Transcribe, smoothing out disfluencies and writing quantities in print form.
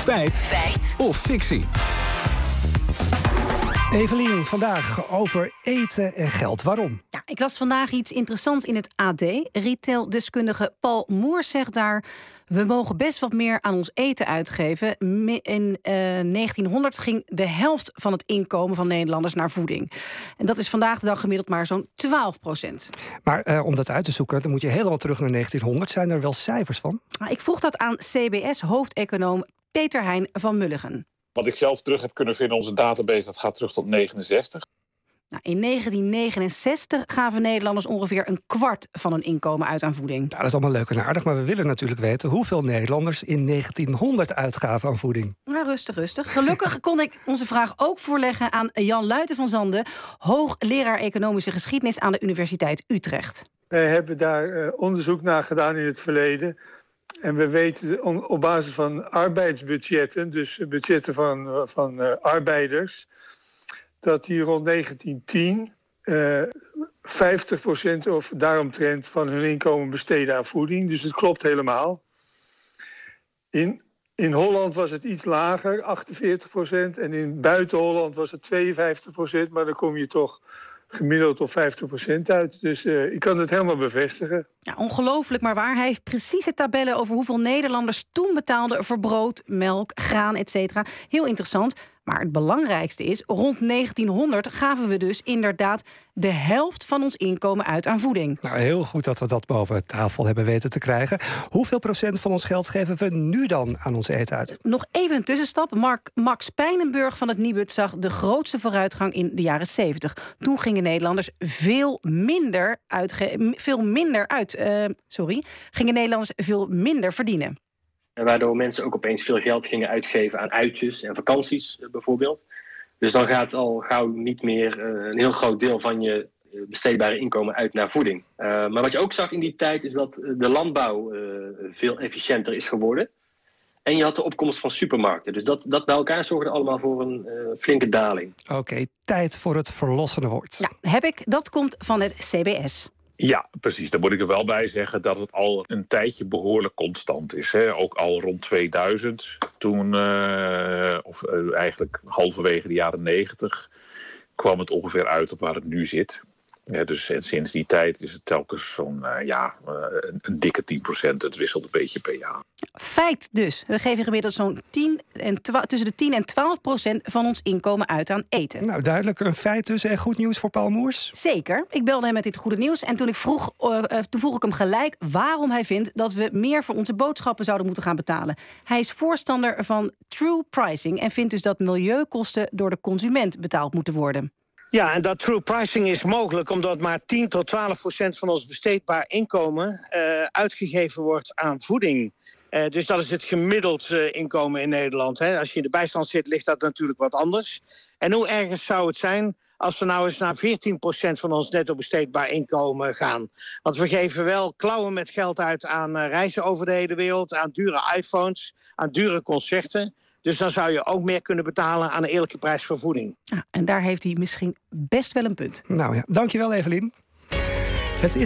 Feit of fictie? Evelien, vandaag over eten en geld. Waarom? Ja, ik las vandaag iets interessants in het AD. Retaildeskundige Paul Moers zegt daar: we mogen best wat meer aan ons eten uitgeven. In 1900 ging de helft van het inkomen van Nederlanders naar voeding. En dat is vandaag de dag gemiddeld maar zo'n 12%. Maar om dat uit te zoeken, dan moet je helemaal terug naar 1900. Zijn er wel cijfers van? Ik vroeg dat aan CBS-hoofdeconoom Peter Hein van Mulligen. Wat ik zelf terug heb kunnen vinden in onze database, dat gaat terug tot 69. Nou, in 1969 gaven Nederlanders ongeveer een kwart van hun inkomen uit aan voeding. Ja, dat is allemaal leuk en aardig, maar we willen natuurlijk weten hoeveel Nederlanders in 1900 uitgaven aan voeding. Nou, rustig. Gelukkig kon ik onze vraag ook voorleggen aan Jan Luiten van Zanden, hoogleraar economische geschiedenis aan de Universiteit Utrecht. Wij hebben daar onderzoek naar gedaan in het verleden. En we weten op basis van arbeidsbudgetten, dus budgetten van arbeiders, dat die rond 1910 50% of daaromtrent van hun inkomen besteden aan voeding. Dus het klopt helemaal. In Holland was het iets lager, 48%. En in buiten Holland was het 52%. Maar dan kom je toch gemiddeld op 50% uit. Dus ik kan het helemaal bevestigen. Ja, ongelooflijk, maar waar. Hij heeft precieze tabellen over hoeveel Nederlanders toen betaalden voor brood, melk, graan, etc. Heel interessant. Maar het belangrijkste is, rond 1900 gaven we dus inderdaad de helft van ons inkomen uit aan voeding. Nou, heel goed dat we dat boven tafel hebben weten te krijgen. Hoeveel procent van ons geld geven we nu dan aan ons eten uit? Nog even een tussenstap. Max Pijnenburg van het Nibud zag de grootste vooruitgang in de jaren 70. Toen gingen Nederlanders gingen Nederlanders veel minder verdienen. Waardoor mensen ook opeens veel geld gingen uitgeven aan uitjes en vakanties bijvoorbeeld. Dus dan gaat al gauw niet meer een heel groot deel van je besteedbare inkomen uit naar voeding. Maar wat je ook zag in die tijd is dat de landbouw veel efficiënter is geworden. En je had de opkomst van supermarkten. Dus dat bij elkaar zorgde allemaal voor een flinke daling. Oké, tijd voor het verlossende woord. Ja, dat komt van het CBS. Ja, precies. Daar moet ik er wel bij zeggen dat het al een tijdje behoorlijk constant is. Hè. Ook al rond 2000, toen, eigenlijk halverwege de jaren 90... kwam het ongeveer uit op waar het nu zit. Ja, dus en sinds die tijd is het telkens zo'n een dikke 10%. Het wisselt een beetje per jaar. Feit dus. We geven gemiddeld zo'n tussen de 10 en 12% van ons inkomen uit aan eten. Nou, duidelijk een feit dus. En goed nieuws voor Paul Moers? Zeker. Ik belde hem met dit goede nieuws. En toen vroeg ik hem gelijk waarom hij vindt dat we meer voor onze boodschappen zouden moeten gaan betalen. Hij is voorstander van true pricing en vindt dus dat milieukosten door de consument betaald moeten worden. Ja, en dat true pricing is mogelijk omdat maar 10 tot 12% van ons besteedbaar inkomen uitgegeven wordt aan voeding. Dus dat is het gemiddeld inkomen in Nederland. Hè. Als je in de bijstand zit, ligt dat natuurlijk wat anders. En hoe ergens zou het zijn als we nou eens naar 14% van ons netto besteedbaar inkomen gaan? Want we geven wel klauwen met geld uit aan reizen over de hele wereld, aan dure iPhones, aan dure concerten. Dus dan zou je ook meer kunnen betalen aan een eerlijke prijs voor voeding. Ja, en daar heeft hij misschien best wel een punt. Nou ja, dankjewel Evelien. Het is